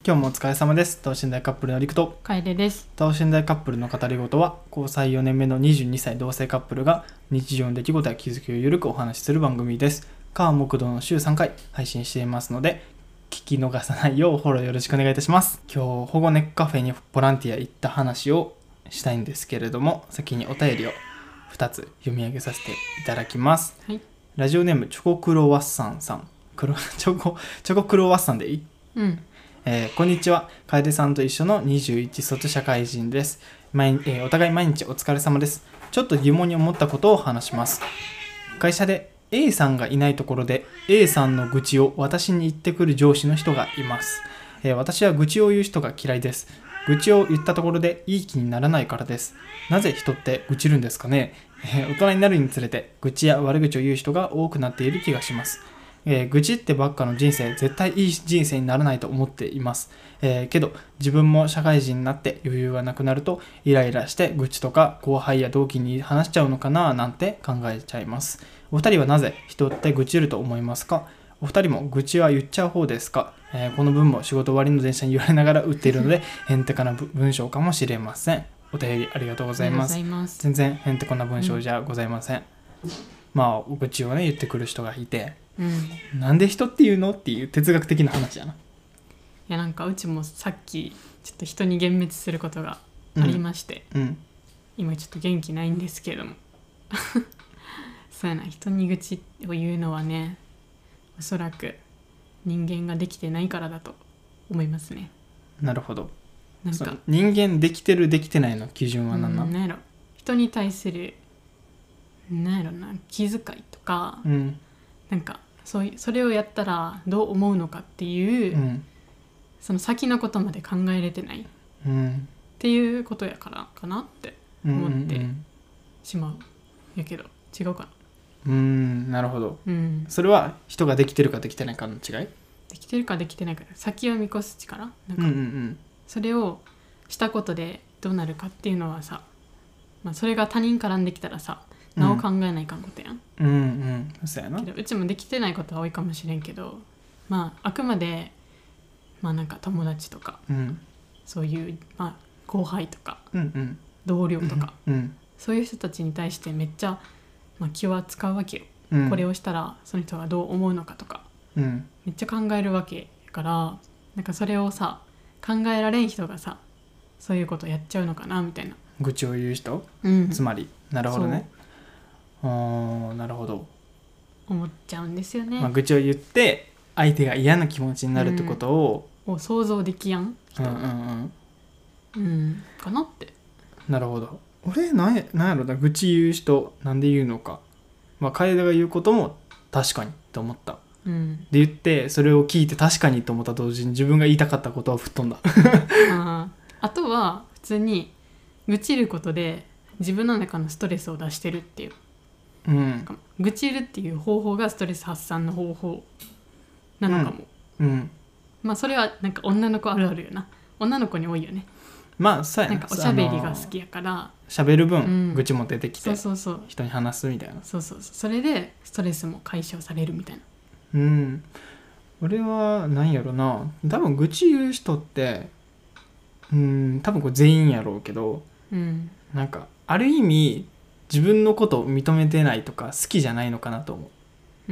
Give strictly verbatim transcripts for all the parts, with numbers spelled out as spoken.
今日もお疲れ様です。等身大カップルのりくと楓です。 等身大カップルの語りごとは、交際よねんめのにじゅうにさい同性カップルが日常の出来事や気づきをゆるくお話しする番組です。火木土の週さんかい配信していますので、聞き逃さないようフォローよろしくお願いいたします。今日保護猫カフェにボランティア行った話をしたいんですけれども、先にお便りをふたつ読み上げさせていただきます。 はい、 ラジオネームチョコクロワッサンさん、クロチョコチョコクロワッサンでいい？ うんえー、こんにちは。楓さんと一緒のにじゅういち卒社会人です。毎、えー、お互い毎日お疲れ様です。ちょっと疑問に思ったことを話します。会社で A さんがいないところで A さんの愚痴を私に言ってくる上司の人がいます。えー、私は愚痴を言う人が嫌いです。愚痴を言ったところでいい気にならないからです。なぜ人って愚痴るんですかね。えー、大人になるにつれて愚痴や悪口を言う人が多くなっている気がします。えー、愚痴ってばっかの人生絶対いい人生にならないと思っています、えー、けど自分も社会人になって余裕がなくなるとイライラして愚痴とか後輩や同期に話しちゃうのかななんて考えちゃいます。お二人はなぜ人って愚痴ると思いますか？お二人も愚痴は言っちゃう方ですか？えー、この文も仕事終わりの電車に言われながら打っているのでへんてかな文章かもしれません。お便りありがとうございます。 ます全然へんてこな文章じゃございません、うん、まあ愚痴をね言ってくる人がいて、うん、なんで人っていうのっていう哲学的な話やな。いやなんかうちもさっきちょっと人に幻滅することがありまして、うんうん、今ちょっと元気ないんですけれどもそうやな、人に愚痴を言うのはね、おそらく人間ができてないからだと思いますね。 なるほど。 なんか人間できてるできてないの基準は何なの？ なんやろ、人に対するなんやろな、気遣いとか、うん、なんかそういうそれをやったらどう思うのかっていう、うん、その先のことまで考えれてない、うん、っていうことやからかなって思ってしまう、うんうんうん、やけど違うかな。 うーん、なるほど、うん、それは人ができてるかできてないかの違い？ できてるかできてないか、先を見越す力、なんか、うんうんうん、それをしたことでどうなるかっていうのはさ、まあ、それが他人絡んできたらさ、なお考えないかんことやん、うん、うんうん、そうやな。けどうちもできてないことは多いかもしれんけど、まああくまでまあなんか友達とか、うん、そういう、まあ、後輩とか、うんうん、同僚とか、うんうん、そういう人たちに対してめっちゃ、まあ、気は使うわけよ、うん、これをしたらその人がどう思うのかとか、うん、めっちゃ考えるわけから、なんかそれをさ考えられん人がさそういうことやっちゃうのかなみたいな。 愚痴を言う人、うん、つまりなるほどね。あ、なるほど、 思っちゃうんですよね、 まあ、愚痴を言って相手が嫌な気持ちになるってことを、 うん、を想像できやん人、うんうんうん、うん、かなって。 なるほど。俺なんや、なんやろな、愚痴言う人なんで言うのか、まあ楓が言うことも確かにと思った、うん、で言ってそれを聞いて確かにと思った同時に自分が言いたかったことは吹っ飛んだあ, あとは普通に愚痴ることで自分の中のストレスを出してるっていう、うん、愚痴るっていう方法がストレス発散の方法なのかも、うんうん、まあそれはなんか女の子あるあるよな。女の子に多いよね。 まあそうやな、 なんかおしゃべりが好きやから喋る分、うん、愚痴も出てきて、 そうそうそう、 人に話すみたいな、 そうそうそう、それでストレスも解消されるみたいな。 うん、俺は何やろな、多分愚痴言う人ってうん多分これ全員やろうけど、うん、なんかある意味自分のことを認めてないとか好きじゃないのかなと思う、うん、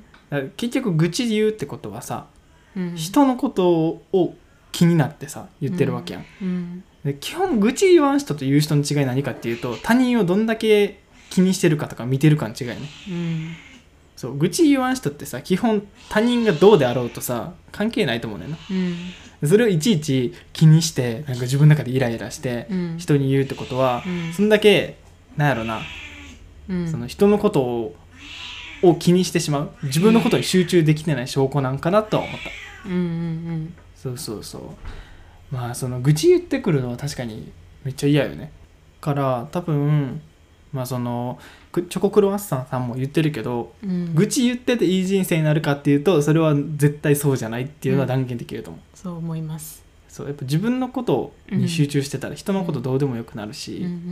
だから結局愚痴言うってことはさ、うん、人のことを気になってさ言ってるわけやん、うんうん、で基本愚痴言わん人と言う人の違い何かっていうと、他人をどんだけ気にしてるかとか見てるかの違いね、うん、そう愚痴言わん人ってさ基本他人がどうであろうとさ関係ないと思うねんな、うん、それをいちいち気にしてなんか自分の中でイライラして人に言うってことは、うん、そんだけなんやろな、うん、その人のことを、を気にしてしまう、自分のことに集中できてない証拠なんかなとは思った、うんうんうん、そうそうそう。まあその愚痴言ってくるのは確かにめっちゃ嫌よね。から多分まあそのチョコクロワッサンさんも言ってるけど、うん、愚痴言ってていい人生になるかっていうとそれは絶対そうじゃないっていうのは断言できると思う、 うん、そう思います。 そうやっぱ自分のことに集中してたら人のことどうでもよくなるし、うんうんうんうん、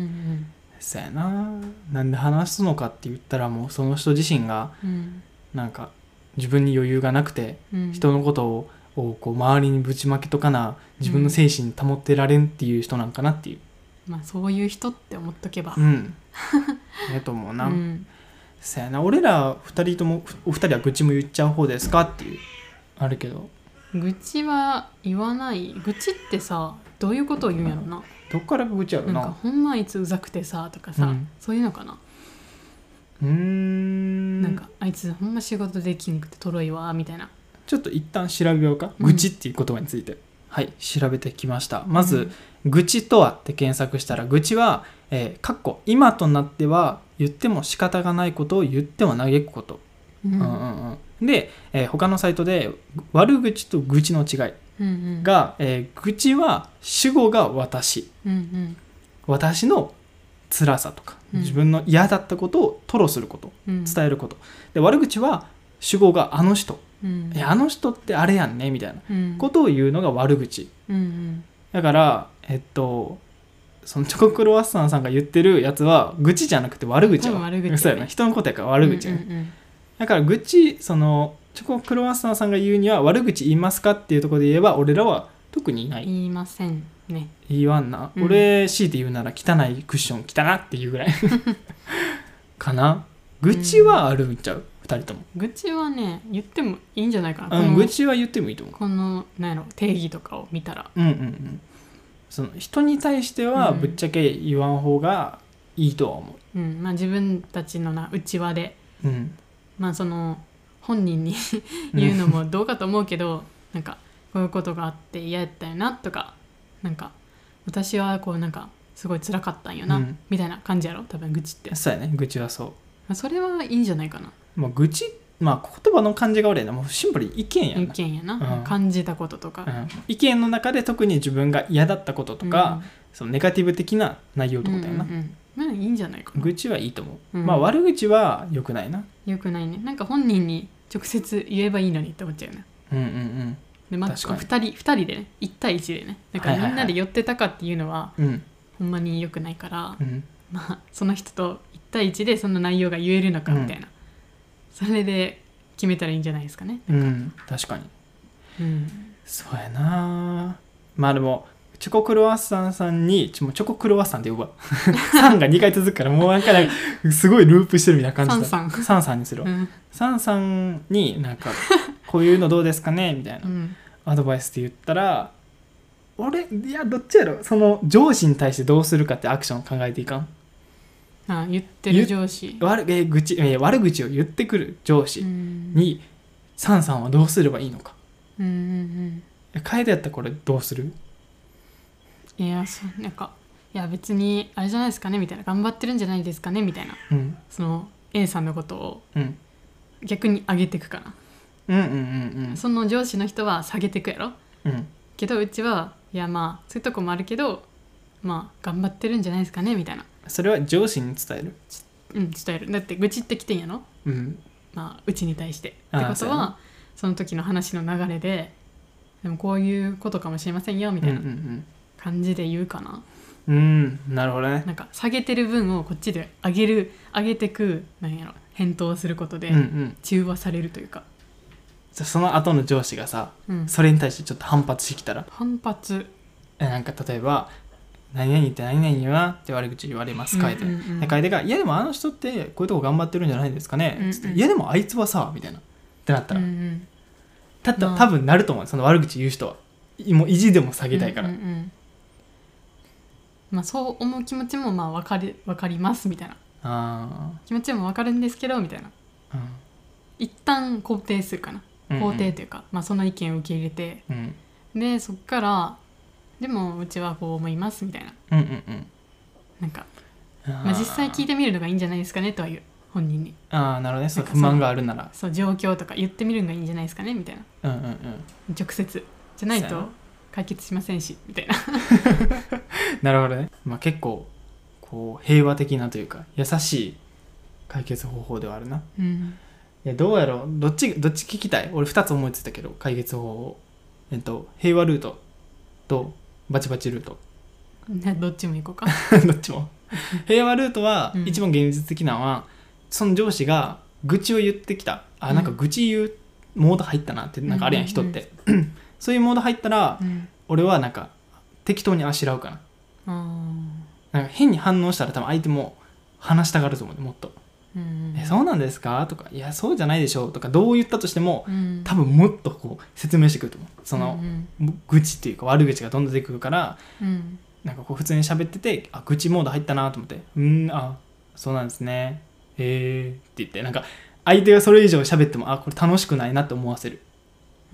そうやな、なんで話すのかって言ったらもうその人自身がなんか自分に余裕がなくて人のことををこう周りにぶちまけとかな自分の精神保ってられんっていう人なんかなっていう、 うん、まあそういう人って思っとけばうんえと思うな、うん、そやな。俺らふたりともお二人は愚痴も言っちゃう方ですかっていうあるけど、 愚痴は言わない。愚痴ってさどういうことを言うんやろな。 どっから愚痴やろな。 なんかほんまあいつうざくてさとかさ、うん、そういうのかな。 うーんなんかあいつほんま仕事できんくてとろいわみたいな。 ちょっと一旦調べようか、うん、愚痴っていう言葉について。はい調べてきました。まず、うん、愚痴とはって検索したら、愚痴は、えー、かっこ今となっては言っても仕方がないことを言っては嘆くこと、うんうんうんうん、で、えー、他のサイトで悪口と愚痴の違いが、うんうんえー、愚痴は主語が私、うんうん、私の辛さとか、うん、自分の嫌だったことを吐露すること、うん、伝えること。で悪口は主語があの人、うん、えあの人ってあれやんねみたいなことを言うのが悪口、うんうん、だからえっとそのチョコクロワッサンさんが言ってるやつは愚痴じゃなくて悪口は悪口、ね、そうやな人のことやから悪口、ねうんうんうん、だから愚痴そのチョコクロワッサンさんが言うには悪口言いますかっていうところで言えば俺らは特にいない。 言いませんね。 言わんな、うん、俺強いて言うなら汚いクッション着たなっていうぐらいかな。愚痴はあるんちゃう、うん、ふたりとも。 愚痴はね言ってもいいんじゃないかな、 うん、愚痴は言ってもいいと思う。 このなんやろ定義とかを見たら、 うんうんうん、その人に対してはぶっちゃけ言わん方がいいとは思う、うんまあ、自分たちのな内輪で、うんまあ、その本人に言うのもどうかと思うけど、うん、なんかこういうことがあって嫌やったよなとか、なんか私はこうなんかすごい辛かったんよな、うん、みたいな感じやろ多分愚痴って。 そうやね、愚痴はそう。 それはいいんじゃないかな。 まあ、愚痴、まあ、言葉の感じが悪いな。もうシンプルに意見やな。 意見やな、うん、感じたこととか、うん、 意見の中で特に自分が嫌だったこととか、うん、そのネガティブ的な内容ってことやな、うんうんうんまあ、いいんじゃないかな。 愚痴はいいと思う、うん、まあ悪口は良くないな。 良くないね。なんか本人に直接言えばいいのにって思っちゃうよね。 うんうんうんで、まあ、ふたり, ふたりでねいち対いちでねなんかみんなで寄ってたかっていうのは、はいはいはい、ほんまに良くないから、うんまあ、その人といち対いちでその内容が言えるのかみたいな、うん、それで決めたらいいんじゃないですかね。 うん、確かに、うん、そうやな。まあでもチョコクロワッサンさんにちょチョコクロワッサンって呼ぶわさんがにかい続くからもうなんかすごいループしてるみたいな感じだ。サンサンサンサンにするわ、うん、サンサンになんかこういうのどうですかねみたいな、うん、アドバイスって言ったら俺いやどっちやろ、その上司に対してどうするかってアクションを考えていかん。 ああ言ってる上司悪、えー、口えー、悪口を言ってくる上司にサンさんはどうすればいいのか。うんうんうん、楓やったらこれどうする？ いやそうなんかいや別にあれじゃないですかねみたいな、頑張ってるんじゃないですかねみたいな、うん、その A さんのことを逆に上げていくかな、うんうんうんうん、その上司の人は下げていくやろ、うん、けどうちはいやまあそういうとこもあるけどまあ頑張ってるんじゃないですかねみたいな。 それは上司に伝える？ うん伝える。だって愚痴ってきてんやろ、うんまあ、うちに対してってことはその時の話の流れででもこういうことかもしれませんよみたいな感じで言うかな。 うん、うん、なるほどね。 なんか下げてる分をこっちで上げる上げてくなんやろ返答することで中和されるというか、 うんうん、その後の上司がさ、うん、それに対してちょっと反発してきたら反発えなんか例えば何々って何々よなって悪口言われます楓、うんうんうん、楓がいやでもあの人ってこういうとこ頑張ってるんじゃないですかね、うんうん、つっていやでもあいつはさみたいなってなったら、うんうん、たった多分なると思う。その悪口言う人はもう意地でも下げたいから、うんうんうんまあ、そう思う気持ちもまあ分かり、分かりますみたいなあ気持ちも分かるんですけどみたいな、うん、一旦肯定するかな、うんうん、肯定というか、まあ、その意見を受け入れて、うん、でそっからでもうちはこう思いますみたいな、うんうんうん、なんか、まあ、実際聞いてみるのがいいんじゃないですかねとは言う本人に。 ああなるほどね。そう不満があるならそう状況とか言ってみるのがいいんじゃないですかねみたいな、うんうんうん、直接じゃないと解決しませんしみたいななるほどね、まあ、結構こう平和的なというか優しい解決方法ではあるな、うん、いやどうやろうどっちどっち聞きたい？俺ふたつ思いついたけど解決方法、えっと、平和ルートとバチバチルートどっちも行こうかどっちも平和ルートは一番現実的なのは、うん、その上司が愚痴を言ってきたあなんか愚痴言うモード入ったなってなんかあるやん、うん、人ってそういうモード入ったら、 うん、 俺はなんか適当にあしらうかな。 あなんか変に反応したら多分相手も話したがると思うね、もっと、 うん、 えそうなんですかとか、いやそうじゃないでしょとか、どう言ったとしても、 うん、 多分もっとこう説明してくると思う。その、 うん、 愚痴っていうか悪口がどんどん出てくるから、 うん、 なんかこう普通に喋ってて、あ愚痴モード入ったなと思って、うんあそうなんですねへえって言って、なんか相手がそれ以上喋っても、あこれ楽しくないなって思わせる、 うん、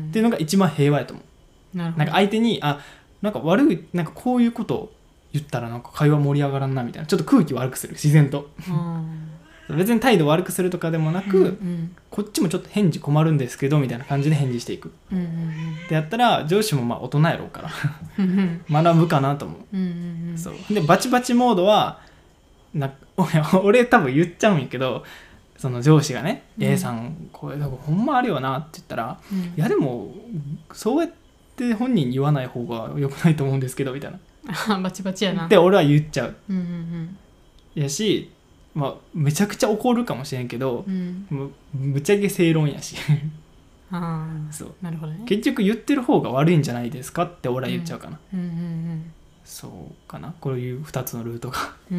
っていうのが一番平和やと思う。 なるほど。 なんか相手にあなんか悪いなんかこういうことを言ったらなんか会話盛り上がらんなみたいな、ちょっと空気悪くする、自然と別に態度悪くするとかでもなく、 うんうん、 こっちもちょっと返事困るんですけどみたいな感じで返事していく、 うんうんうん、 でやったら上司もまあ大人やろうから学ぶかなと思う、 うんうんうん、 そうでバチバチモードはな俺多分言っちゃうんやけど、その上司がね、うん、A さんこれだからほんまあるよなって言ったら、うん、いやでもそうやって本人に言わない方が良くないと思うんですけどみたいなバチバチやなって俺は言っちゃう、 うんうんうん、 やし、まあ、めちゃくちゃ怒るかもしれんけど、うん、むぶっちゃけ正論やしあそうなるほど、ね、 結局言ってる方が悪いんじゃないですかって俺は言っちゃうかな、 うんうんうんうん、 そうかな、こういうふたつのルートがうん、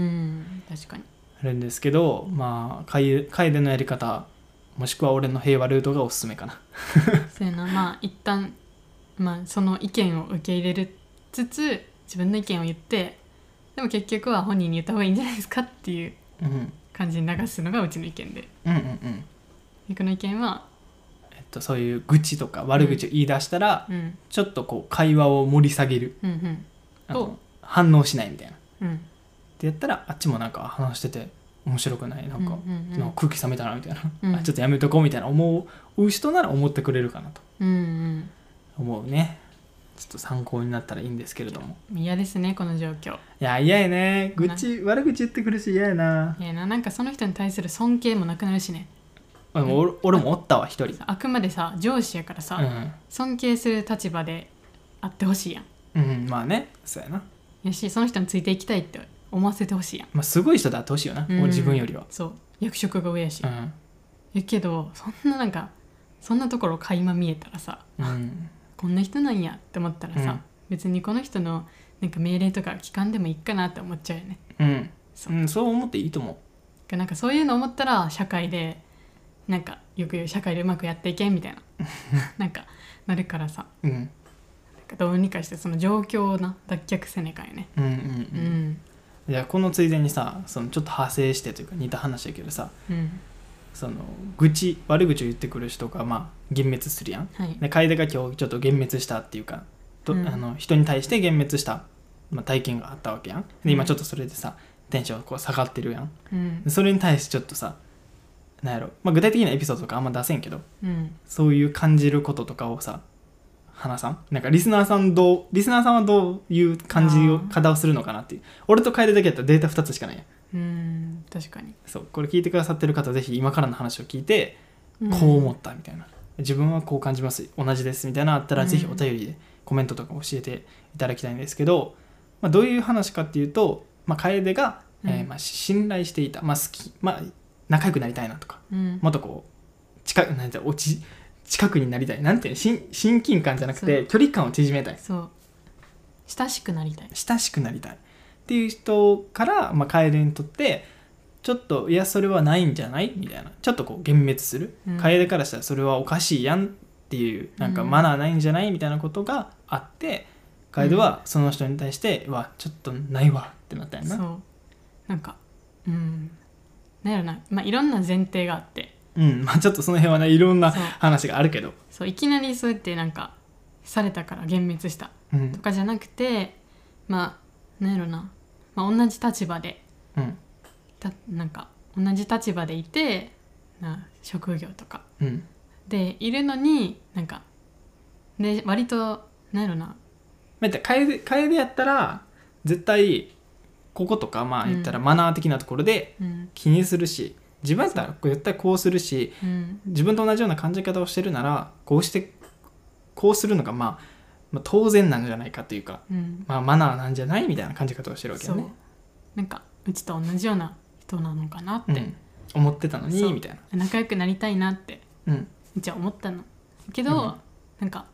確かにあるんですけど、まあ楓のやり方もしくは俺の平和ルートがおすすめかなそうやな、まあ一旦、まあ、その意見を受け入れるつつ自分の意見を言って、でも結局は本人に言った方がいいんじゃないですかっていう感じに流すのがうちの意見で、 うんうんうん、 僕の意見は、 えっと、そういう愚痴とか悪口を言い出したら、 うん、 ちょっとこう会話を盛り下げる、 うんうん、 あの反応しないみたいな、 うん、 ってやったらあっちもなんか話してて面白くないなんか、 うんうんうん、 なんか空気冷めたなみたいな、 うん、 あちょっとやめとこうみたいな思う人なら思ってくれるかなと思うね、うんうん、ちょっと参考になったらいいんですけれども。 嫌ですねこの状況。 いや嫌やね、愚痴悪口言ってくるし嫌やな。 嫌やな、なんかその人に対する尊敬もなくなるしね。 でも 俺, 俺もおったわ一人。 あくまでさ上司やからさ、 うん、尊敬する立場であってほしいやん。 うんまあねそうやな。 やしその人についていきたいって思わせてほしいやん。 まあすごい人であってほしいよな、うん、自分よりは。 そう役職が上やし、 うん、 やけどそんななんかそんなところ垣間見えたらさ、うん、こんな人なんやって思ったらさ、うん、別にこの人のなんか命令とか聞かんでもいいかなって思っちゃうよね。 うんそう、うん、そう思っていいと思う。なんかそういうの思ったら社会でなんかよく言う社会でうまくやっていけんみたいななんかなるからさ、うん、なんかどうにかしてその状況をな脱却せねかよね。 うんうんうん、うんいやこのついでにさそのちょっと派生してというか似た話だけどさ、うん、その愚痴悪口を言ってくる人がまあ幻滅するやん、はい、で楓が今日ちょっと幻滅したっていうかと、うん、あの人に対して幻滅した、まあ、体験があったわけやん。で今ちょっとそれでさテンションこう下がってるやん、うん、それに対してちょっとさなんやろ、まあ、具体的なエピソードとかあんま出せんけど、うん、そういう感じることとかをさ話さんなんかリスナーさんどうリスナーさんはどういう感じを方をするのかなっていう。俺と楓だけやったらデータふたつしかないやん。 うん確かにそうこれ聞いてくださってる方ぜひ今からの話を聞いて、うん、こう思ったみたいな自分はこう感じます同じですみたいなのあったら、うん、ぜひお便りでコメントとか教えていただきたいんですけど、まあ、どういう話かっていうと、まあ、楓が、うんえーまあ、信頼していた、まあ好きまあ、仲良くなりたいなとか、うん、もっとこう近くなんて落ち近くになりたいなんていう親親近感じゃなくて距離感を縮めたい。 そう親しくなりたい親しくなりたいっていう人から、まあ、楓にとってちょっといやそれはないんじゃないみたいなちょっとこう幻滅する、うん、楓からしたらそれはおかしいやんっていうなんかマナーないんじゃないみたいなことがあって楓はその人に対してうわちょっとないわってなったんやな。 そうなんかうんなんやろな、まあ、いろんな前提があってうんまあ、ちょっとその辺はねいろんな話があるけどそういきなりそうやってなんかされたから幻滅したとかじゃなくて、うん、まあなんやろな、まあ、同じ立場で、うん、たなんか同じ立場でいてな職業とか、うん、でいるのになんかで割となんやろな楓やったら絶対こことかまあ言ったらマナー的なところで気にするし、うん自分だったら絶対こうするし、うん、自分と同じような感じ方をしてるならこうしてこうするのが、まあ、まあ当然なんじゃないかというか、うんまあ、マナーなんじゃないみたいな感じ方をしてるわけよね。そうなんかうちと同じような人なのかなって、うん、 思ってたのにみたいな仲良くなりたいなって、うん、うちは思ったのけど、うん、なんか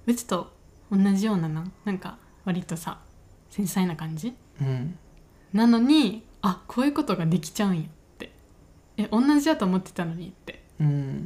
うちと同じようなななんか割とさ繊細な感じ、 うん、 なのにあこういうことができちゃうんやってえ同じだと思ってたのにって、 うん、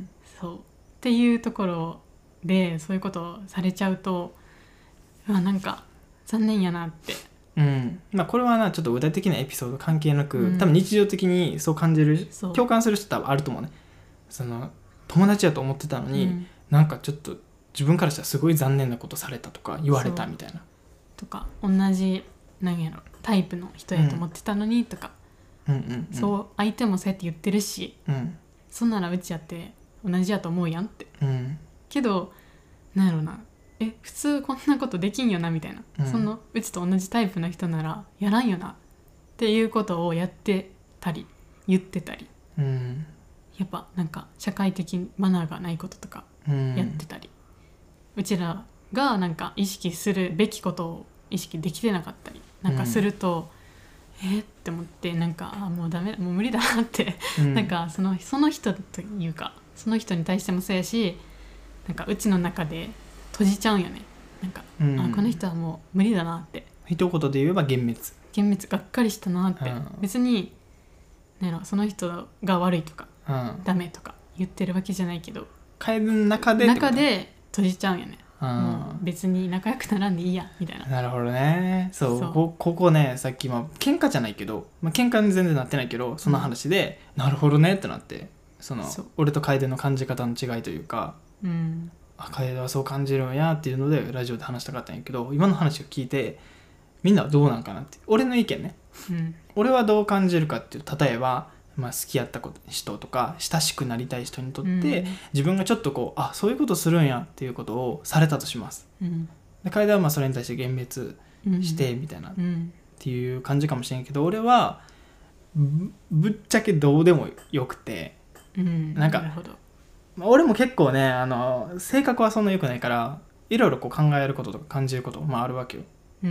そうっていうところでそういうことをされちゃうとうわなんか残念やなって、 うんまあ、これはなちょっと具体的なエピソード関係なく、 うん、 多分日常的にそう感じる共感する人多分あると思うね。その友達だと思ってたのに、うん、なんかちょっと自分からしたらすごい残念なことされたとか言われたみたいなとか同じなんやろタイプの人やと思ってたのにとか、うんうんうんうん、そう相手もそうやって言ってるし、うん、そんならうちやって同じやと思うやんって、うん、けどなんやろなえ普通こんなことできんよなみたいな、うん、そのうちと同じタイプの人ならやらんよなっていうことをやってたり言ってたり、うん、やっぱなんか社会的マナーがないこととかやってたり、うん、うちらがなんか意識するべきことを意識できてなかったりなんかすると、うん、えー、って思ってなんかあもうダメもう無理だなって、うん、なんかその、その人というかその人に対してもそうやしなんかうちの中で閉じちゃうんよねなんか、うん、あこの人はもう無理だなって一言で言えば幻滅幻滅がっかりしたなって、うん、別になんやろその人が悪いとか、うん、ダメとか言ってるわけじゃないけど楓の中で中で閉じちゃうんよね、うん、もう別に仲良くならんでいいやみたいな。 なるほどね。そう、そう こ, ここねさっき、まあ、喧嘩じゃないけど、まあ、喧嘩に全然なってないけどその話で、うん、なるほどねってなってそのそう俺と楓の感じ方の違いというか、うん、あ楓はそう感じるんやっていうのでラジオで話したかったんやけど今の話を聞いてみんなはどうなんかなって俺の意見ね、うん、俺はどう感じるかっていう例えばまあ、好きやった人とか親しくなりたい人にとって、うん、自分がちょっとこうあそういうことするんやっていうことをされたとします、うん、で楓はまあそれに対して幻滅してみたいな、うん、っていう感じかもしれんけど俺は ぶ, ぶっちゃけどうでもよくて、うん、なんかなるほど、まあ、俺も結構ねあの性格はそんな良くないからいろいろこう考えることとか感じることもまああるわけよ、うん、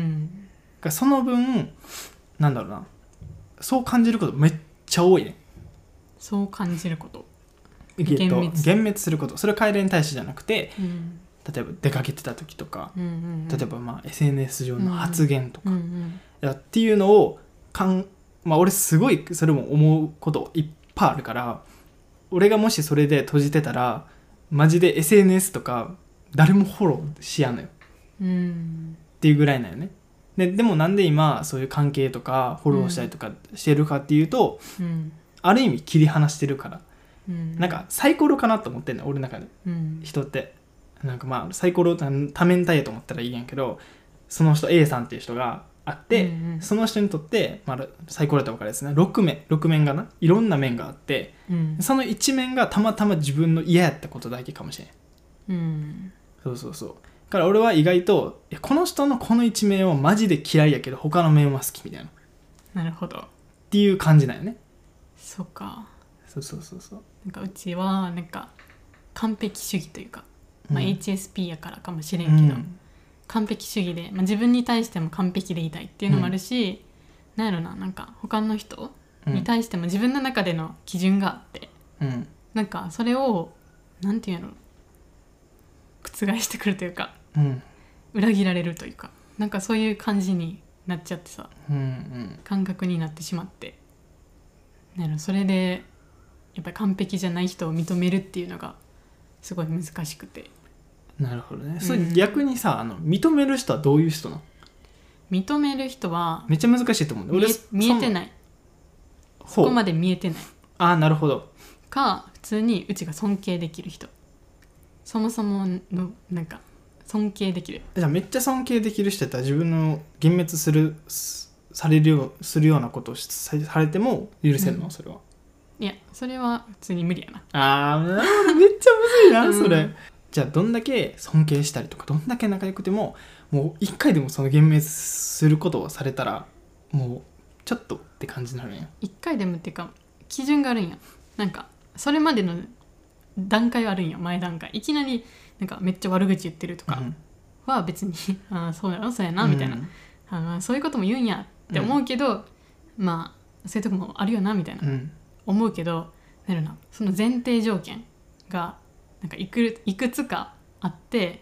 その分なんだろうなそう感じることめっちゃめっちゃ多いね。 そう感じること幻滅幻滅することそれは楓に対してじゃなくて、うん、例えば出かけてた時とか、うんうんうん、例えばまあ エスエヌエス 上の発言とか、うんうんうん、っていうのをかん、まあ、俺すごいそれも思うこといっぱいあるから俺がもしそれで閉じてたらマジで エスエヌエス とか誰もフォローしやんのよ、うん、っていうぐらいなんよね。で, でもなんで今そういう関係とかフォローしたりとかしてるかっていうと、うん、ある意味切り離してるから、うん、なんかサイコロかなと思ってんの俺の中で、うん、人ってなんかまあサイコロ多面体やと思ったらいいやんけどその人 A さんっていう人があって、うんうん、その人にとって、まあ、サイコロだったら分かるですねろく面ろく面がないろんな面があって、うん、そのいち面がたまたま自分の嫌やったことだけかもしれん、うん、そうそうそうだから俺は意外とこの人のこの一面をマジで嫌いやけど他の面は好きみたいななるほどっていう感じなんよね。 そうかそうそうそうそうなんかうちはなんか完璧主義というか、まあ、エイチエスピー やからかもしれんけど、うん、完璧主義で、まあ、自分に対しても完璧でいたいっていうのもあるし、うん、なんやろななんか他の人に対しても自分の中での基準があって、うん、なんかそれをなんていうの覆してくるというか、うん、裏切られるというかなんかそういう感じになっちゃってさ、うんうん、感覚になってしまってねそれでやっぱり完璧じゃない人を認めるっていうのがすごい難しくて。 なるほどね、うん、それ逆にさあの認める人はどういう人なの？ 認める人はめっちゃ難しいと思うんだ。 俺見えてないそこまで見えてないああなるほどか普通にうちが尊敬できる人そもそものなんか尊敬できるじゃあめっちゃ尊敬できる人やったら自分の幻滅するされるようするようなことをされても許せるの、うん、それはいやそれは普通に無理やなあーめっちゃむずいなそれ、うん、じゃあどんだけ尊敬したりとかどんだけ仲良くてももう一回でもその幻滅することをされたらもうちょっとって感じになるんや。 一回でもっていうか基準があるんやなんかそれまでの段階はあるんや前段階いきなりなんかめっちゃ悪口言ってるとかは別に、うん、あそうやろそうやなみたいな、うん、あそういうことも言うんやって思うけど、うん、まあそういうとこもあるよなみたいな、うん、思うけどなるなその前提条件がなんかいく、いくつかあって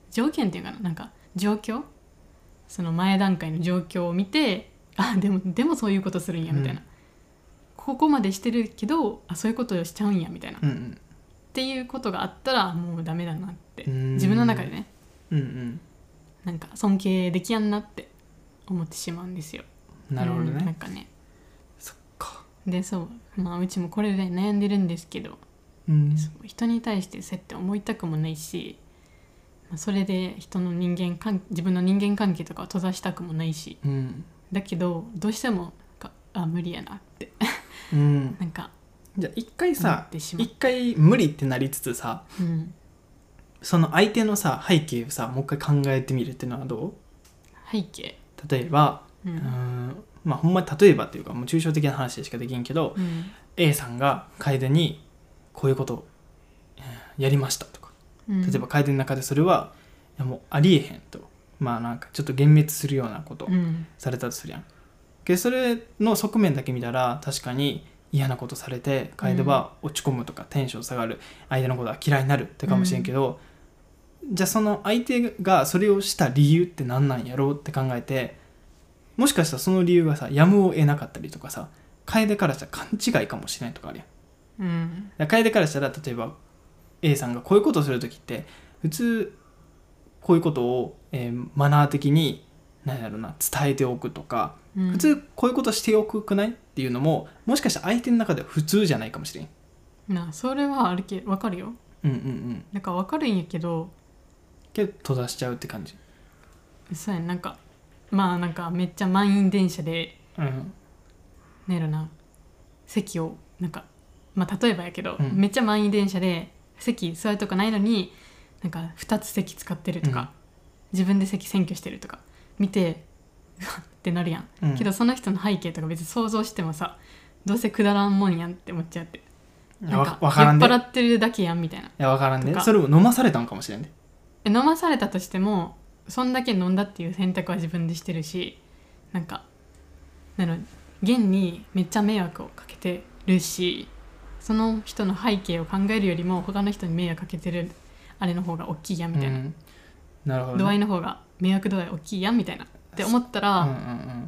条件っていうかな、なんか状況、その前段階の状況を見て、あでもでもそういうことするんやみたいな、うん、ここまでしてるけどあそういうことをしちゃうんやみたいな、うんうん、っていうことがあったらもうダメだなって自分の中でね、うんうん、なんか尊敬できやんなって思ってしまうんですよ。 なるほどね、 うん、なんかね、そっか。でそう、まあ、うちもこれで悩んでるんですけど、うん、そう人に対してそうやって思いたくもないし、まあ、それで人の人間関自分の人間関係とかを閉ざしたくもないし、うん、だけどどうしてもあ無理やなって、うん、なんかじゃあ一回さ一回無理ってなりつつさ、うん、その相手のさ背景をさもう一回考えてみるっていうのはどう？ 背景例えば、うん、うーんまあほんまに例えばっていうかもう抽象的な話でしかできんけど、うん、A さんが楓にこういうことをやりましたとか、うん、例えば楓の中でそれはいやもうありえへんと、まあなんかちょっと幻滅するようなことをされたとするやん、うん、けどそれの側面だけ見たら確かに嫌なことされて楓は落ち込むとか、うん、テンション下がる、相手のことが嫌いになるってかもしれんけど、うん、じゃあその相手がそれをした理由って何なんやろうって考えて、もしかしたらその理由がさやむを得なかったりとかさ、楓からしたら勘違いかもしれないとかあるやん、うん、楓からしたら例えば A さんがこういうことをするときって普通こういうことを、えー、マナー的に何やろな伝えておくとか、うん、普通こういうことしておくくないっていうのももしかしたら相手の中では普通じゃないかもしれんな。それはあるけ分かるよ、うんうんうん、なんか分かるんやけどけど閉ざしちゃうって感じ。 そうやなんかまあなんかめっちゃ満員電車で、うん、ねやろな席をなんかまあ例えばやけど、うん、めっちゃ満員電車で席座るとかないのになんかふたつ席使ってるとか、うん、自分で席占拠してるとか見てってなるやん、うん、けどその人の背景とか別に想像してもさどうせくだらんもんやんって思っちゃって、なんか酔っ払ってるだけやんみたいな。いや分からんで、それを飲まされたんかもしれんで。 飲まされたとしてもそんだけ飲んだっていう選択は自分でしてるし、なんかなの現にめっちゃ迷惑をかけてるし、その人の背景を考えるよりも他の人に迷惑かけてるあれの方が大きいやんみたいな、うん、なるほどね、度合いの方が迷惑度合い大きいやんみたいなって思ったら、うんうんうん、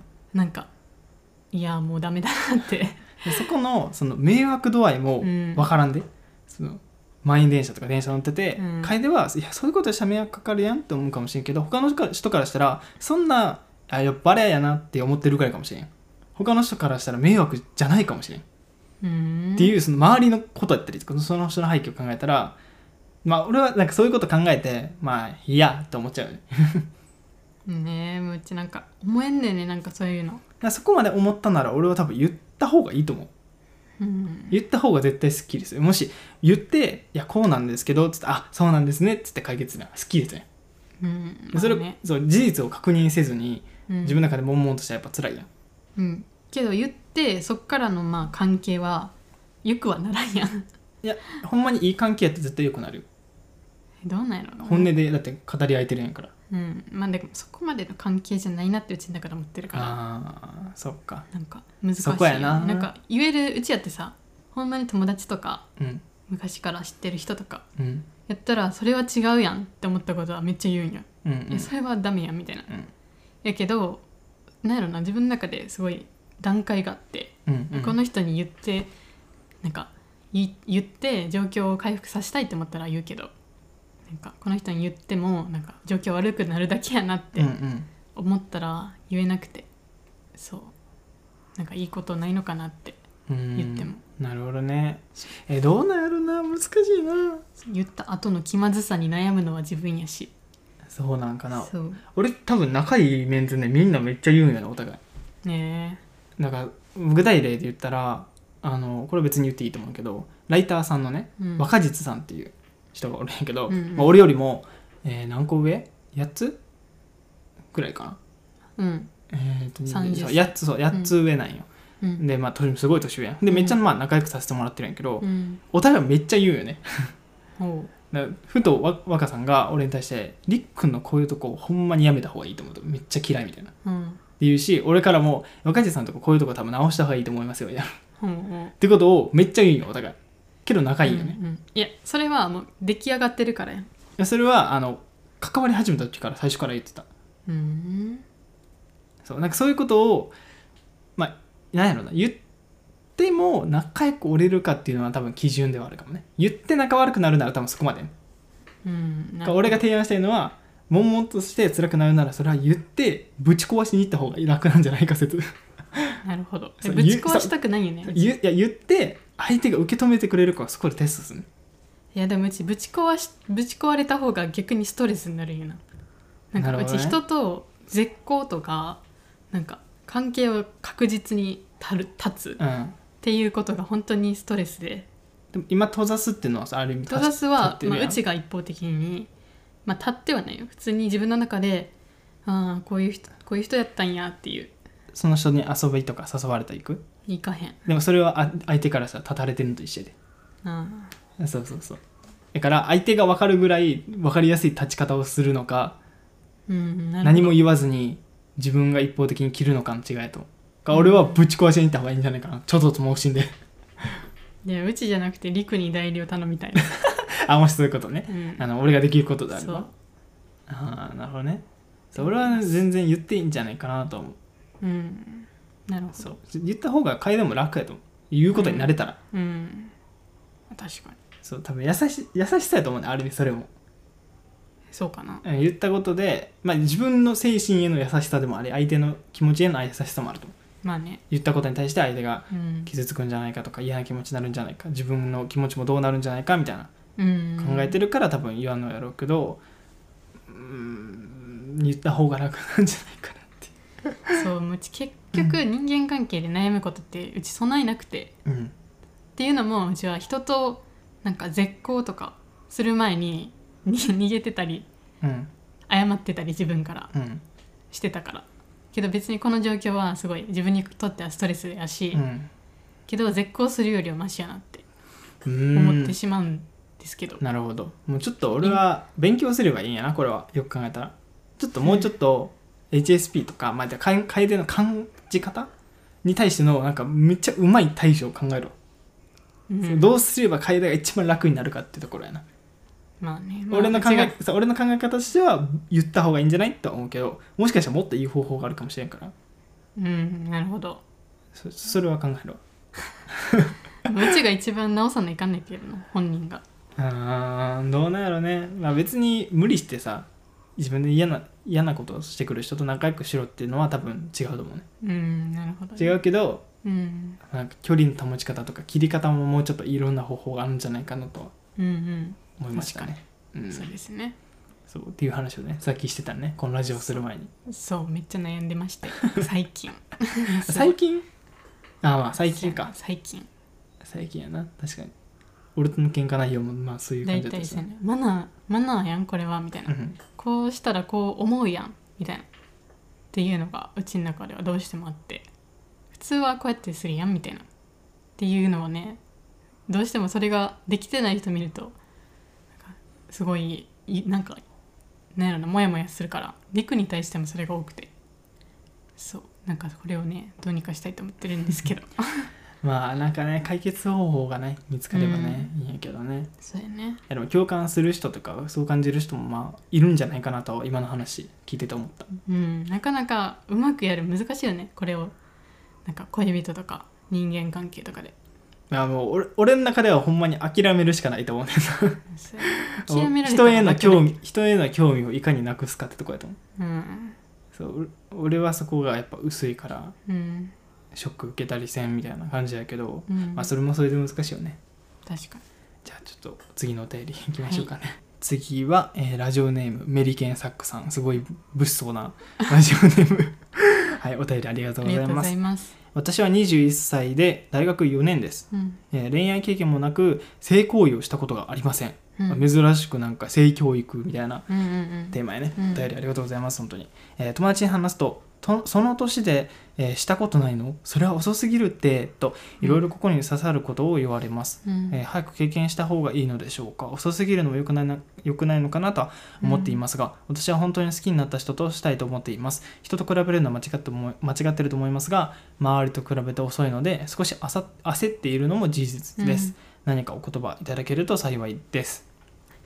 なんかいやもうダメだなってでそこのその迷惑度合いも分からんで、うん、その満員電車とか電車乗ってて、うん、楓はいやそういうことしたら迷惑かかるやんって思うかもしれんけど、他の人からしたらそんなあやっぱあれやなって思ってるくらいかもしれん。他の人からしたら迷惑じゃないかもしれん、うーんっていうその周りのことやったりとかその人の背景を考えたら、まあ俺はなんかそういうこと考えてまあいいやって思っちゃうよねねえむっちゃなんか思えんねんね、なんかそういうの。 そこまで思ったなら俺は多分言った方がいいと思う、うん、言った方が絶対スッキリする。もし言っていやこうなんですけどつってあそうなんですねつって解決するのはスッキリですね、うんまあね、それそう事実を確認せずに、うん、自分の中で悶々としたらやっぱ辛いやん、 うん、けど言ってそっからのまあ関係はよくはならんやんいやほんまにいい関係やって絶対よくなるよ。 どうなんやろ、ね、 本音でだって語り合えてるんやから。 うんまあでもそこまでの関係じゃないなってうちの中で思ってるから。 あそっかなんか難しいよ、ね、 そこやな。 なんか言えるうちやってさほんまに友達とか、うん、昔から知ってる人とか、うん、やったらそれは違うやんって思ったことはめっちゃ言うんよ、うんうん、いやそれはダメやんみたいな、うん、やけどなんやろな自分の中ですごい段階があって、うんうん、この人に言ってなんか言って状況を回復させたいって思ったら言うけど、なんかこの人に言ってもなんか状況悪くなるだけやなって思ったら言えなくて、そうなんかいいことないのかなって言っても。 なるほどね。えどうなんやろな、難しいな。 言った後の気まずさに悩むのは自分やし。 そうなんかな。そう俺多分仲いいメンズねみんなめっちゃ言うんやなお互いね。えなんか具体例で言ったらあのこれ別に言っていいと思うけどライターさんのね、うん、若実さんっていう人がおるんやけど、うんうんまあ、俺よりも、えー、何個上 ?やっ つくらいかな、うんえー、とさんじゅっさいやっつそうやっつ上なんよ、うん、でまあすごい年上やんでめっちゃまあ仲良くさせてもらってるんやけど、うん、お互いめっちゃ言うよねだふとわ若さんが俺に対してりっくんのこういうとこほんまにやめた方がいいと思うとめっちゃ嫌いみたいな、うん、って言うし俺からも若実さんとここういうとこ多分直した方がいいと思いますよみたいなうんうん、ってことをめっちゃ言うんよお互いけど仲いいよね、 うんうん、いやそれはもう出来上がってるからやん。いやそれはあの関わり始めた時から最初から言ってた。 うんそうなんかそういうことをまあなんやろな言っても仲良く折れるかっていうのは多分基準ではあるかもね。言って仲悪くなるなら多分そこまで、 うん、 俺が提案したいのは悶々として辛くなるならそれは言ってぶち壊しに行った方が楽なんじゃないか説。 なるほど。ぶち壊したくないよね。 言いや言って相手が受け止めてくれるかはそこでテストする。 いやでもうちぶち壊しぶち壊れた方が逆にストレスになるよな。なんかうち人と絶交とかなんか関係を確実に立つっていうことが本当にストレスで。 でも今閉ざすっていうのはある意味閉ざすは、まあ、うちが一方的に、まあ、立ってはないよ。普通に自分の中でああこういう人こういう人やったんやっていう。 その人に遊びとか誘われたら行く？ 行かへん。 でもそれは相手からさ立たれてるのと一緒で。 ああそうそうそう。だから相手が分かるぐらい分かりやすい立ち方をするのか、 うん、 何も言わずに自分が一方的に切るのかの違いと、うん、俺はぶち壊しに行った方がいいんじゃないかな。ちょっととも惜しんで。 いやうちじゃなくて陸に代理を頼みたいな。 あもしそういうことね、 うん、 あの俺ができることであれば。ああなるほどね。俺は全然言っていいんじゃないかなと思う。 うん、なるほど。 そう言った方が会話も楽やと思う。言うことになれたら。 うん、うん、確かに。 そう多分優し優しさやと思うね、ある意味それも。 そうかな。 言ったことで、まあ、自分の精神への優しさでもあり相手の気持ちへの優しさもあると思う。 まあね、 言ったことに対して相手が傷つくんじゃないかとか、うん、嫌な気持ちになるんじゃないか、自分の気持ちもどうなるんじゃないかみたいな、うん、考えてるから多分言わんのやろうけど、うーん言った方が楽なんじゃないかなって。 そううち結局人間関係で悩むことってうちそんなになくて、うん、っていうのもうちは人となんか絶交とかする前に逃げてたり、うん、謝ってたり自分からしてたから、けど別にこの状況はすごい自分にとってはストレスやし、うん、けど絶交するよりはマシやなって思ってしまうんですけど。 なるほど。もうちょっと俺は勉強すればいいんやなこれは。よく考えたらちょっともうちょっと エイチエスピー とか、まあ、楓の感じ方に対してのなんかめっちゃうまい対処を考えろ、うん、どうすれば楓が一番楽になるかっていうところやな。 まあね、まあ、 俺の考えさ俺の考え方としては言った方がいいんじゃないとは思うけど、もしかしたらもっといい方法があるかもしれんから。 うんなるほど。 そ, それは考えろ。 うちが一番直さないかんねんけどな本人が。 あーどうなんやろね、まあ、別に無理してさ自分で嫌な嫌なことをしてくる人と仲良くしろっていうのは多分違うと思うね。 うんなるほど、ね、 違うけど、 うん、 なんか距離の保ち方とか切り方ももうちょっといろんな方法があるんじゃないかなとは思いましたね。 うんうん、そうですね。 そうっていう話をねさっきしてたねこのラジオする前に。 そうめっちゃ悩んでまして最近最近あまあ最近か最近最近やな。確かに俺との喧嘩内容もまあそういう感じだったし、ね、 マナーマナーやんこれはみたいな、うん、こうしたらこう思うやんみたいなっていうのがうちの中ではどうしてもあって、普通はこうやってするやんみたいなっていうのをね、どうしてもそれができてない人見るとなんかすごいなんかなんやろなモヤモヤするから、陸に対してもそれが多くて、そうなんかこれをねどうにかしたいと思ってるんですけどまあなんかね解決方法がね見つかればね、うん、いいんやけどね。 そうやね。いやでも共感する人とかそう感じる人もまあいるんじゃないかなと今の話聞いてて思った。 うんなかなかうまくやる難しいよねこれを。なんか恋人とか人間関係とかで。 いやもう 俺, 俺の中ではほんまに諦めるしかないと思うね諦められた人への興味人への興味をいかになくすかってとこやと思う、 うん、 そう俺はそこがやっぱ薄いから、 うん、 ショック受けたりせんみたいな感じやけど、 うんまあ、それもそれで難しいよね。 確かに。 じゃあちょっと次のお便りいきましょうかね、はい、次は、えー、ラジオネームメリケンサックさん、すごい物騒なラジオネームはいお便りありがとうございます。ありがとうございます。私はにじゅういっさいで大学よねんです、うんえー、恋愛経験もなく性行為をしたことがありません、うん、珍しくなんか性教育みたいなテーマやね、うんうんうん、お便りありがとうございます本当に、えー、友達に話すととその年で、えー、したことないのそれは遅すぎるってといろいろ心に刺さることを言われます、うんえー、早く経験した方がいいのでしょうか。遅すぎるのも良くないな、良くないのかなとは思っていますが、うん、私は本当に好きになった人としたいと思っています。人と比べるのは間違っても間違ってると思いますが、周りと比べて遅いので少し焦っているのも事実です、うん、何かお言葉いただけると幸いです。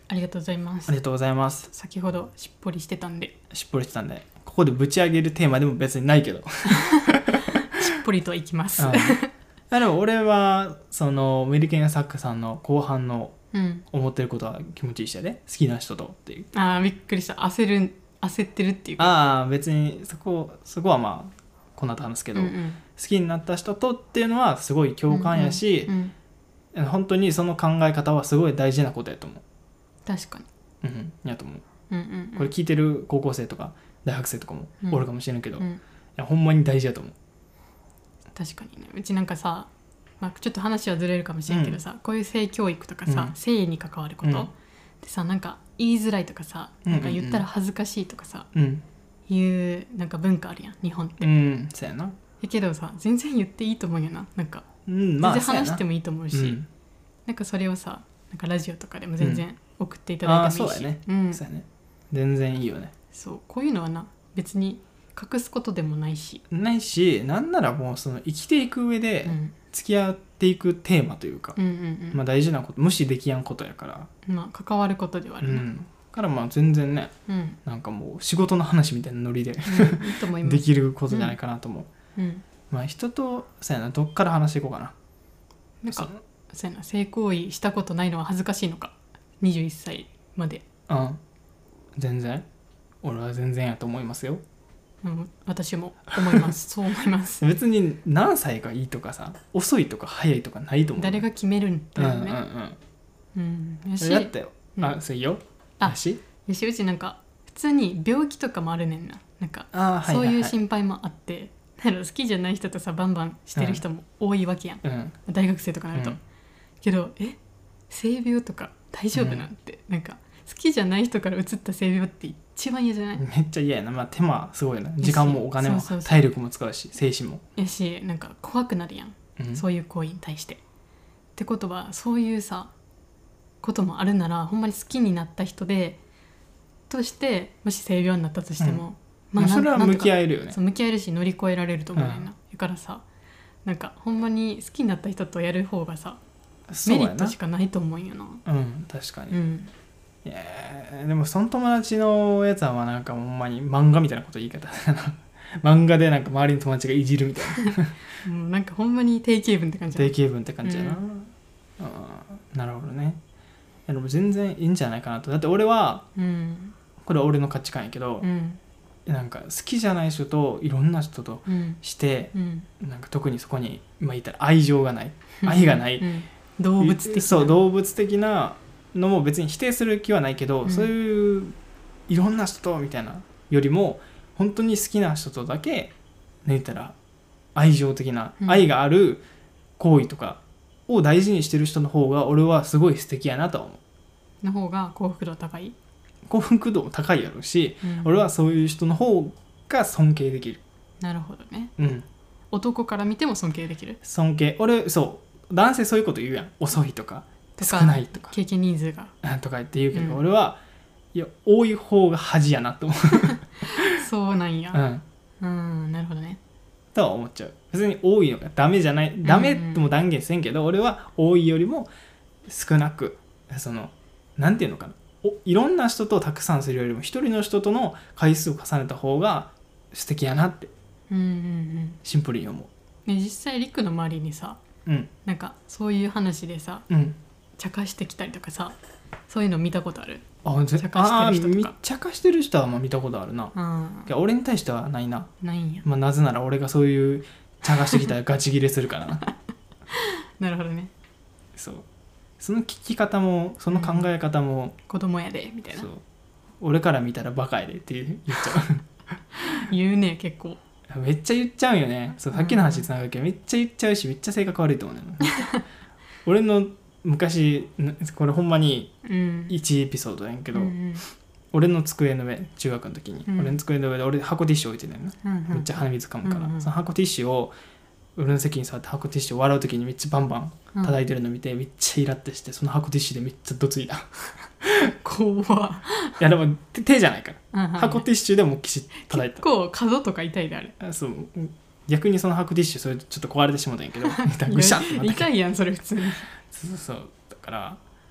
ありがとうございます。 ありがとうございます。 先ほどしっぽりしてたんでしっぽりしてたんで、ここでぶち上げるテーマでも別にないけどしっぽりといきますでも俺はそのメリケンサックさんの後半の思ってることは気持ちいいしやで、好きな人とっていう。 ああびっくりした。焦る焦ってるっていうか、 ああ別にそこそこはまあこの後話すけど、うんうん、好きになった人とっていうのはすごい共感やし、うんうん、本当にその考え方はすごい大事なことやと思う。 確かに、 うんうん、やと思う、 うんうんうん、 これ聞いてる高校生とか大学生とかもおるかもしれんけど、うんうん、いやほんまに大事やと思う。 確かにね。うちなんかさ、まあ、ちょっと話はずれるかもしれんけどさ、うん、こういう性教育とかさ、うん、性に関わること、うん、でさなんか言いづらいとかさ、なんか言ったら恥ずかしいとかさ、うん、いうなんか文化あるやん日本って、 うん、そうやな。 だけどさ全然言っていいと思うよな。なんか、うんまあ、全然話してもいいと思うし、うん、なんかそれをさなんかラジオとかでも全然送っていただいてもいいし、うん、あそうやね、うん、そうやね、 全然いいよね。 そうこういうのはな別に隠すことでもないしないし、なんならもうその生きていく上で付き合っていくテーマというか、うんうんうん、まあ、大事なこと無視できやんことやから、 まあ、関わることではあるな、うん、 からまあ全然ね、うん、なんかもう仕事の話みたいなノリで、うん、できることじゃないかなと思う、うんうん、まあ人とそうやな、どっから話していこうかな。 なんかそうやな、性行為したことないのは恥ずかしいのかにじゅういっさいまで。 うん全然俺は全然やと思いますよ。 うん、私も思いますそう思います別に何歳がいいとかさ遅いとか早いとかないと思う。 誰が決めるんだよね。 うんうんうん、うん、だってよ、うん、あそういいよ。 あしよしうちなんか普通に病気とかもあるねんな。なんかあ、はいはいはい、そういう心配もあって、好きじゃない人とさバンバンしてる人も多いわけやん、うん、大学生とかなると、うん、けどえ性病とか大丈夫なんて、うん、なんか好きじゃない人から移った性病って一番嫌じゃない？ めっちゃ嫌やな、まあ、手間すごいな。時間もお金も体力も使うし精神もやし、なんか怖くなるやん、うん、そういう行為に対して。ってことはそういうさこともあるならほんまに好きになった人でとしてもし性病になったとしても、 うん、まあ、それは向き合えるよね。 そう向き合えるし乗り越えられると思うねんな、うん、だからさなんかほんまに好きになった人とやる方がさメリットしかないと思うんよな。 うん確かに、うん、いやでもその友達のやつはなんかほんまに漫画みたいなこと言い方漫画でなんか周りの友達がいじるみたいなもうなんかほんまに定型文って感じ。 定型文って感じやな、うん、あなるほどね。いやでも全然いいんじゃないかなと。だって俺は、うん、これは俺の価値観やけど、うん、なんか好きじゃない人といろんな人として、うんうん、なんか特にそこに今言ったら愛情がない愛がない、うん、 動物的なそう動物的なのも別に否定する気はないけど、うん、そういういろんな人とみたいなよりも本当に好きな人とだけね言ったら愛情的な、うん、愛がある行為とかを大事にしてる人の方が俺はすごい素敵やなと思う。 の方が幸福度高い？ 幸福度も高いやろうし、うん、俺はそういう人の方が尊敬できる。 なるほどね、うん、男から見ても尊敬できる。 尊敬俺そう男性そういうこと言うやん、遅いとか少ないとか経験人数がとかって言うけど、うん、俺はいや多い方が恥やなと思うそうなんや、うん、うんなるほどねとは思っちゃう。別に多いのがダメじゃない、ダメとも断言せんけど、うんうん、俺は多いよりも少なくそのなんていうのかな、おいろんな人とたくさんするよりも一人の人との回数を重ねた方が素敵やなって、うんうんうん、シンプルに思う、 ね、実際リクの周りにさ、うん、なんかそういう話でさ、うん、茶化してきたりとかさそういうの見たことある？ あ茶化してる人とか茶化してる人はまあ見たことあるな、うん、いや俺に対してはないな。 ないんや、 まあ、なぜなら俺がそういう茶化してきたらガチギレするからななるほどね。 そうその聞き方もその考え方も、うん、 子供やでみたいな。 そう俺から見たらバカやでって言っちゃう言うね結構めっちゃ言っちゃうんよね。そうさっきの話つながるけど、うん、めっちゃ言っちゃうしめっちゃ性格悪いと思うね俺の昔これほんまにいちエピソードやんけど、うん、俺の机の上中学の時に、うん、俺の机の上で俺箱ティッシュ置いてたよな、うんうん、めっちゃ鼻水かむから、うんうん、その箱ティッシュを俺の席に座って箱ティッシュを笑う時にめっちゃバンバン叩いてるの見て、うん、めっちゃイラってしてその箱ティッシュでめっちゃどついた怖っ。 いやでも手じゃないから、うん、箱ティッシュでもきし叩いた。 結構角とか痛いであれ。 あそう逆にその箱ティッシュそれちょっと壊れてしまったんやけどぐしゃって痛いやんそれ普通に。 そうそうだから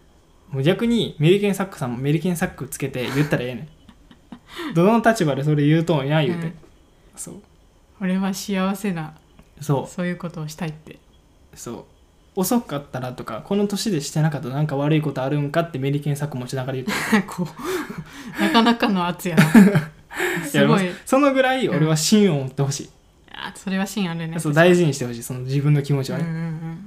もう逆にメリケンサックさんもメリケンサックつけて言ったらええねんどの立場でそれ言うとんや言うて、うん、そう俺は幸せなそうそういうことをしたいって。 そう遅かったらとかこの年でしてなかったらなんか悪いことあるんかってメリケンサック持ちながら言ってこうなかなかの圧やなすごいそのぐらい俺は芯を持ってほしい、うん、 あそれは芯あるね。 そう大事にしてほしいその自分の気持ちはね、 うんうんうん、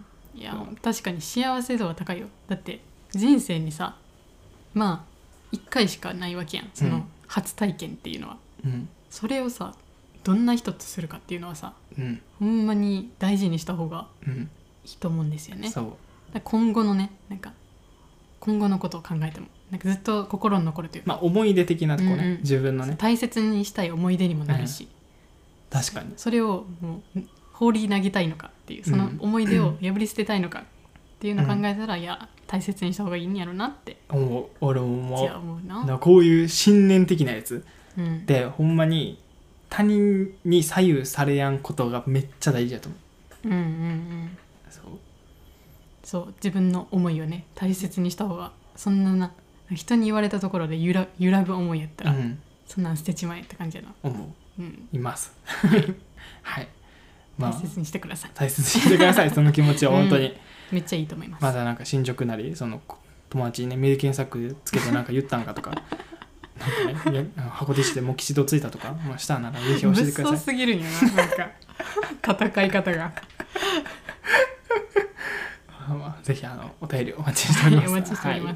いや確かに幸せ度は高いよ。だって人生にさまあいっかいしかないわけやんその初体験っていうのは、うん、それをさどんな人とするかっていうのはさ、うん、ほんまに大事にした方がいいと思うんですよね、うん、そうだ今後のねなんか今後のことを考えてもなんかずっと心に残るというか、 まあ、思い出的なとこね、うんうん、自分のね大切にしたい思い出にもなるし、 うん、確かにそれをもう放り投げたいのかっていうその思い出を破り捨てたいのかっていうのを考えたら、うん、いや大切にした方がいいんやろなって思う。俺も思う。 思うな。 なこういう信念的なやつ、うん、でほんまに他人に左右されやんことがめっちゃ大事だと思う。うんうんうん。 そうそう自分の思いをね大切にした方がそんなな人に言われたところで揺ら揺らぐ思いやったら、うん、そんなん捨てちまえって感じやな。 思う。うん、います。はい。 まあ、大切にしてください。 大切にしてくださいその気持ちは本当に。うんめっちゃいいと思います。 まだなんか進捗なりその友達にねメリケンサックつけてなんか言ったんかとかなんかね箱手市でも吉度ついたとか、まあ、したならぜひ教えてください。 物騒すぎるんやななんか戦い方がまあ、ぜひあのお便りお待ちしております。 お待ちしております、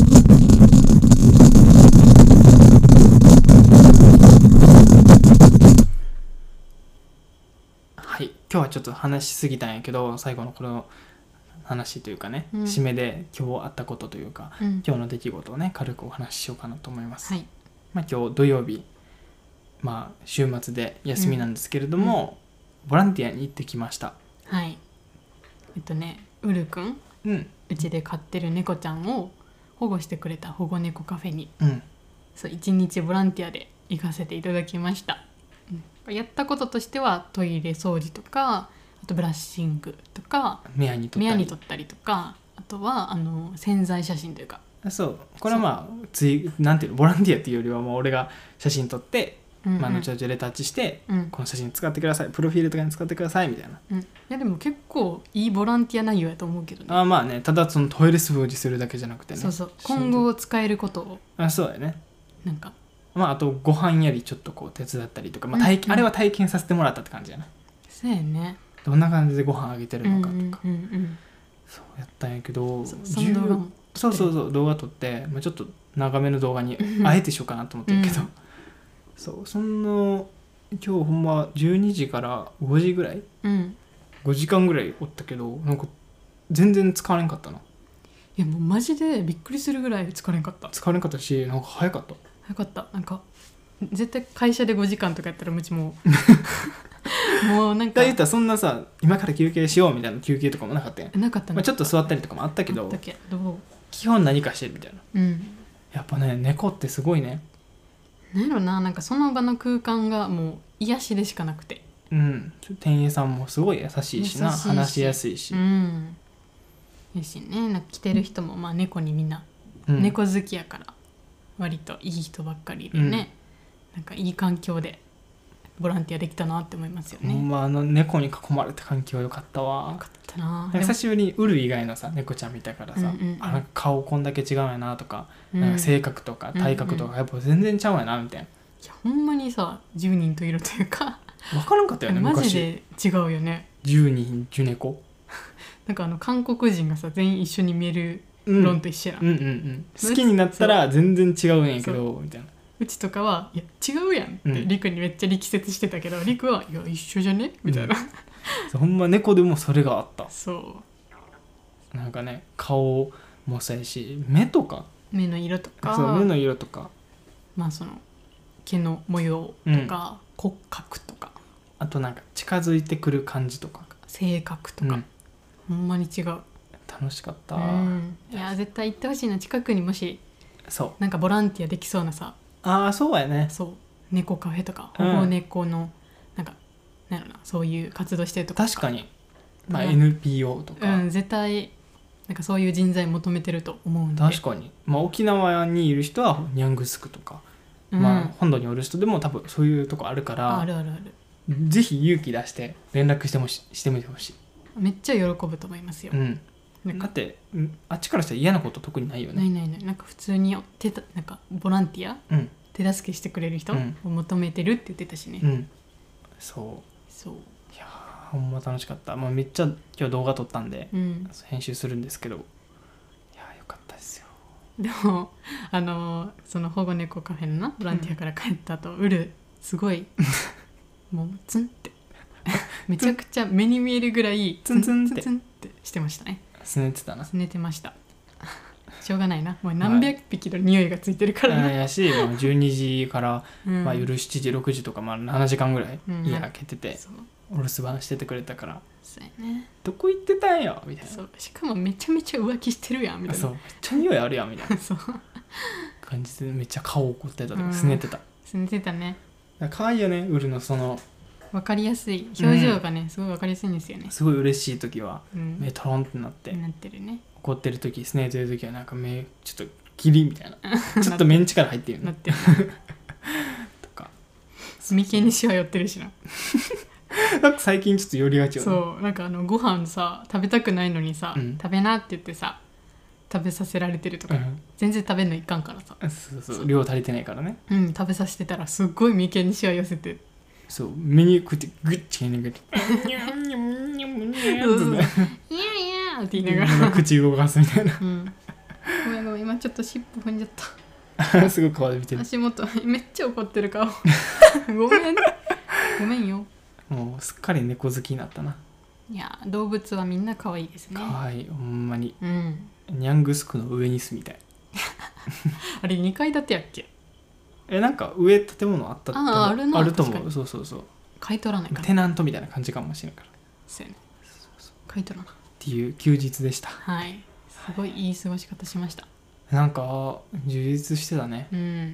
はい、今日はちょっと話しすぎたんやけど最後のこの話というかね、うん、締めで今日あったことというか、うん、今日の出来事をね軽くお話ししようかなと思います、はいまあ、今日土曜日、まあ、週末で休みなんですけれども、うん、ボランティアに行ってきました。 はいえっとねウルくんうち、ん、で飼ってる猫ちゃんを保護してくれた保護猫カフェに、うん、そういちにちボランティアで行かせていただきました。やったこととしてはトイレ掃除とかあとブラッシングとか目やに撮ったり、 目やに撮ったりとかあとはあの潜在写真というかそうこれはまあついなんていうのボランティアっていうよりはもう俺が写真撮って、うんうんまあ、後々レタッチして、うん、この写真使ってくださいプロフィールとかに使ってくださいみたいな、 うん、いやでも結構いいボランティア内容やと思うけどね。 あまあねただそのトイレ掃除するだけじゃなくてねそうそう今後使えることをあそうだよねなんかまあ、あとご飯やりちょっとこう手伝ったりとか、まあ体うんうん、あれは体験させてもらったって感じやな。 そうやねどんな感じでご飯あげてるのかとか、うんうんうん、そうやったんやけどそその動画もそうそうそう動画撮って、まあ、ちょっと長めの動画にあえてしようかなと思ってるけど、うん、そうその今日ほんまじゅうにじからごじぐらい、うん、ごじかんぐらいおったけどなんか全然疲れんかったな。いやもうマジでびっくりするぐらい疲れんかった疲れんかったしなんか早かった早かったなんか絶対会社でごじかんとかやったらうちもうもうなんかだ言ったらそんなさ今から休憩しようみたいな休憩とかもなかったやんなかったね、 まあ、ちょっと座ったりとかもあったけどあったけど基本何かしてるみたいな、うん、やっぱね猫ってすごいねなんやろななんかその場の空間がもう癒しでしかなくてうん店員さんもすごい優しいしなし話しやすいしうんやしねなんか来てる人もまあ猫にみんな、うん、猫好きやから割といい人ばっかりでね、うん、なんかいい環境でボランティアできたなって思いますよね。 まあ、あの猫に囲まれた環境良かったわ。 良かったな。 久しぶりにウル以外のさ猫ちゃん見たからさ、うんうんうん、あの顔こんだけ違うんやなとか、うん、なんか性格とか体格とかやっぱ全然ちゃうやなみたいな。 いやほんまにさじゅうにんといるというか分からんかったよねマジで違うよね。 じゅうにんじゅ猫なんかあの韓国人がさ全員一緒に見える論と一緒や、 うんうんうんうん、好きになったら全然違うんやけどみたいな。 うちとかはいや違うやんってリクにめっちゃ力説してたけど、うん、リクはいや一緒じゃねみたいな、 うん、ほんま猫でもそれがあった。 そうなんかね顔もそうやし目とか目の色とかそう目の色とかまあその毛の模様とか、うん、骨格とかあとなんか近づいてくる感じとか性格とか、うん、ほんまに違う。 楽しかった、 うん、いや絶対行ってほしいな。近くにもしそうなんかボランティアできそうなさああそうやねそう猫カフェとか保護猫の、うん、なんかなんやろなそういう活動してるとか確かに、まあ、エヌピーオー とか、 うん、絶対なんかそういう人材求めてると思うんで。 確かに、まあ、沖縄にいる人はニャングスクとか、うん、まあ、本土におる人でも多分そういうとこあるから、 あるあるある、 ぜひ勇気出して連絡してもししてみてほしい。 めっちゃ喜ぶと思いますよ、うん、 だってあっちからしたら嫌なこと特にないよね。 ないないない、なんか普通に手たなんかボランティア、うん、手助けしてくれる人を求めてるって言ってたしね、うん、 そうそう、 いやほんま楽しかった、まあ、めっちゃ今日動画撮ったんで、うん、編集するんですけど、いやよかったですよ。 でもあのその保護猫カフェのなボランティアから帰った後、うん、ウルすごいもうツンってめちゃくちゃ目に見えるぐらいツンツンってツンってしてましたね。 すねてたな。 すねてました。しょうがないな、もう何百匹の匂いがついてるからな、 はい、やし、まあ、じゅうにじから、うんまあ、夜しちじろくじとか、まあ、ななじかんぐらい家開けてて、うん、お留守番しててくれたから、 そうやね、 どこ行ってたんよみたいな。 そう、しかもめちゃめちゃ浮気してるやんみたいな。 そう、めっちゃ匂いあるやんみたいなそう感じでめっちゃ顔怒ってたとかすねてた、 すねてたね。 可愛いよね、ウルのその分かりやすい表情がね、うん、すごい分かりやすいんですよね。 すごい嬉しい時は、うん、目トロンってなってなってるね。 怒ってる時、すねてる時はなんか目ちょっとキリみたいなちょっと目ん力入ってるなってるとか眉間にしわ寄ってるしななんか最近ちょっと寄りがちよね。 そうなんかあのご飯さ食べたくないのにさ、うん、食べなって言ってさ食べさせられてるとか、うん、全然食べるのいかんからさ、 そうそう量足りてないからね、 うん、食べさせてたらすっごい眉間にしわ寄せて、 そう目にこうやってグッチに抜けてニャンニャンニャンニャンっていやいやって言いながら口動かすみたいな、うん、 ごめんごめん今ちょっと尻尾踏んじゃったすごい顔で見てる。 足元めっちゃ怒ってる顔ごめんごめんよ。 もうすっかり猫好きになったな。 いや動物はみんな可愛いですね。 可愛いほんまに、うん、ニャングスクの上に住みたいあれにかい建てやっけ。 えなんか上建物あったとああるな、 あると思う。そうそうそう、 買い取らないからテナントみたいな感じかもしれないから。 そうやね、買い取らなっていう休日でした。 はい、すごいいい過ごし方しました。 なんか充実してたね、うん、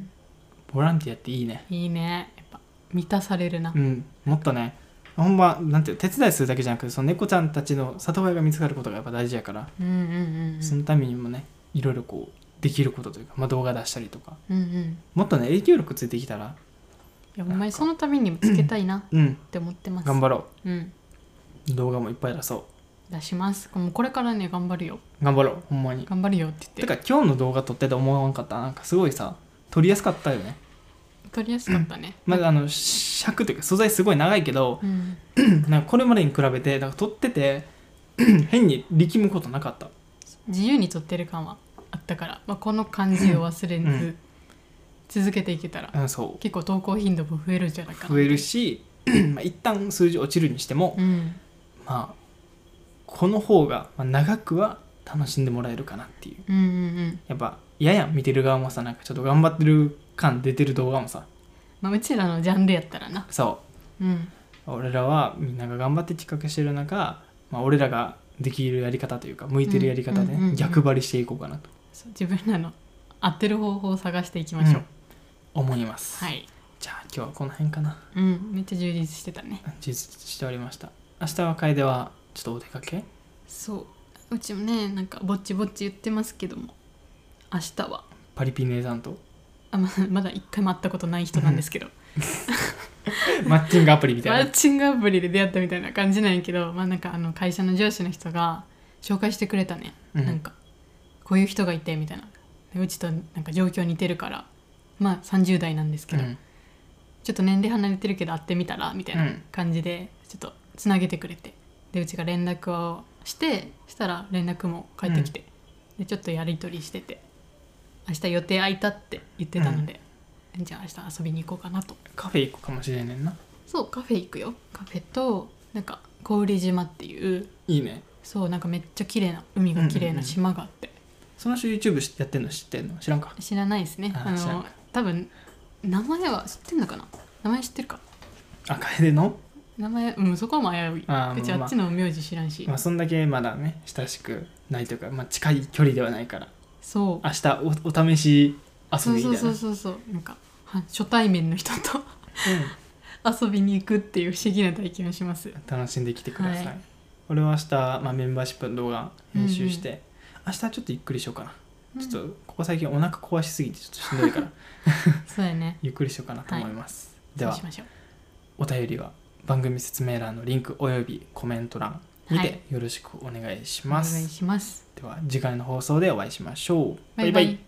ボランティアっていいね。 いいね、やっぱ満たされるな。 うん、もっとねほんまなんていう手伝いするだけじゃなくて、その猫ちゃんたちの里親が見つかることがやっぱ大事やから、うんうんうんうん、そのためにもねいろいろこうできることというか、まあ、動画出したりとか、うんうん、もっとね影響力ついてきたら、 いやお前そのためにもつけたいなって思ってます、 うん、頑張ろう、うん、動画もいっぱい出そう出します。もうこれからね頑張るよ。 頑張ろうほんまに頑張るよって言って。 てか今日の動画撮ってて思わんかった。なんかすごいさ撮りやすかったよね。 撮りやすかったね、 まああの尺というか素材すごい長いけど、うん、なんかこれまでに比べてなんか撮ってて変に力むことなかった。 自由に撮ってる感はあったから、まあ、この感じを忘れず、うん、続けていけたら、うん、そう結構投稿頻度も増えるんじゃないかな。 増えるしまあ一旦数字落ちるにしても、うん、まあこの方が長くは楽しんでもらえるかなっていう、うんうんうん、やっぱやや見てる側もさなんかちょっと頑張ってる感出てる動画もさ、 まあ、うちらのジャンルやったらなそう、うん、俺らはみんなが頑張って企画してる中、まあ、俺らができるやり方というか向いてるやり方で、ねうんうんうんうん、逆張りしていこうかなと。 そう自分らの合ってる方法を探していきましょう、 うん、思います。 はい、 じゃあ今日はこの辺かな。 うんめっちゃ充実してたね。 充実しておりました。明日は楓はちょっとお出かけ。 そううちもねなんかぼっちぼっち言ってますけども明日はパリピ姉さんとあ ま, まだ一回も会ったことない人なんですけどマッチングアプリみたいなマッチングアプリで出会ったみたいな感じなんやけど、まあ、なんかあの会社の上司の人が紹介してくれたね、うん、なんかこういう人がいてみたいな。でうちとなんか状況似てるからまあさんじゅう代なんですけど、うん、ちょっと年齢離れてるけど会ってみたらみたいな感じでちょっとつなげてくれて、でうちが連絡をしてしたら連絡も返ってきて、うん、でちょっとやり取りしてて明日予定空いたって言ってたので、うん、じゃあ明日遊びに行こうかなと。 カフェ行くかもしれんねんな。 そうカフェ行くよ。カフェとなんか小売島っていういいね。 そうなんかめっちゃ綺麗な海が綺麗な島があって、うんうんうん、 その人 YouTube やってんの知ってんの？知らんか？ 知らないですね。ああの多分名前は知ってんのかな。名前知ってるか。 あ楓の名前うんそこは危うい。あうちあっちの名字知らんし、 まあそんだけまだね親しくないというか、まあ、近い距離ではないから。 そう明日 お, お試し遊びみたいな。 そうそうそうそうなんか初対面の人と、うん、遊びに行くっていう不思議な体験をします。 楽しんできてください、はい、俺は明日、まあ、メンバーシップの動画編集して、 明日ちょっとゆっくりしようかな、うん、ちょっとここ最近お腹壊しすぎてちょっとしんどいからそうやねゆっくりしようかなと思います、はい、ではそうしましょう。 お便りは番組説明欄のリンクおよびコメント欄にてよろしくお願いします、 はい、お願いします。 では次回の放送でお会いしましょう。 バイバイ。バイバイ。